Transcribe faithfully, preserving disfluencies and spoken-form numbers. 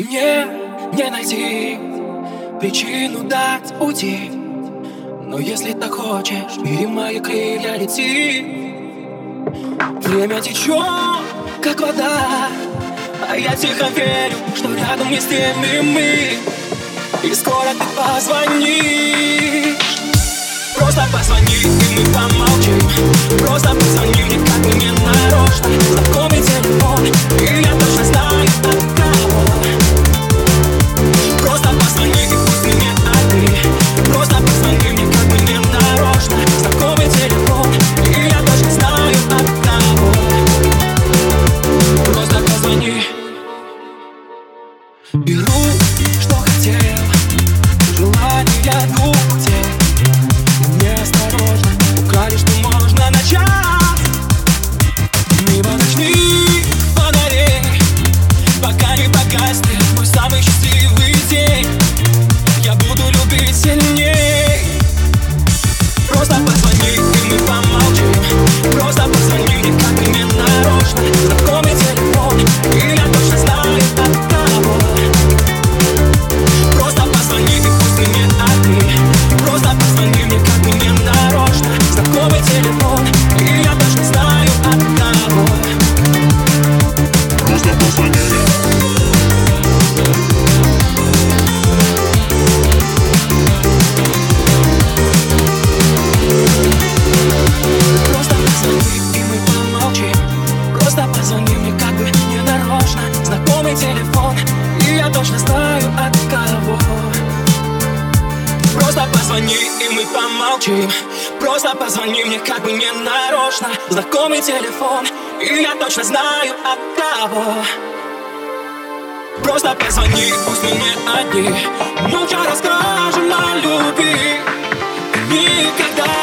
Мне не найти причину дать уйти, но если так хочешь, бери мои крылья, лети. Время течет, как вода, а я тихо верю, что рядом не с теми мы. И скоро ты позвонишь. Просто позвони, и мы помолчим. Просто позвони мне, как бы не нарочно. Знакомый телефон, и я точно знаю, от кого. Просто позвони, и пусть мне одни. Просто позвони мне, как бы не нарочно. Знакомый телефон, и я точно знаю, от кого. Просто позвони. Беру, что хотел, желания двух тел. Неосторожно украли, что можно начать. Мимо ночных фонарей, пока не погаснет мой самый счастливый день. Я буду любить сильней. Просто позвони, и мы помолчим. Просто позвони мне, как бы не нарочно. Знакомый телефон, и я точно знаю, от кого. Просто позвони, и пусть ты не одни. Просто позвони мне, как бы не нарочно. Знакомый телефон, и я точно знаю, от кого. Просто позвони. Просто позвони, и мы помолчим. Просто позвони мне, как бы не нарочно. Знакомый телефон, и я точно знаю, от кого. Просто позвони, и мы помолчим. Просто позвони мне, как бы не нарочно. Знакомый телефон, и я точно знаю, от кого. Просто позвони, пусть мы не одни. Молча расскажем о любви. Никогда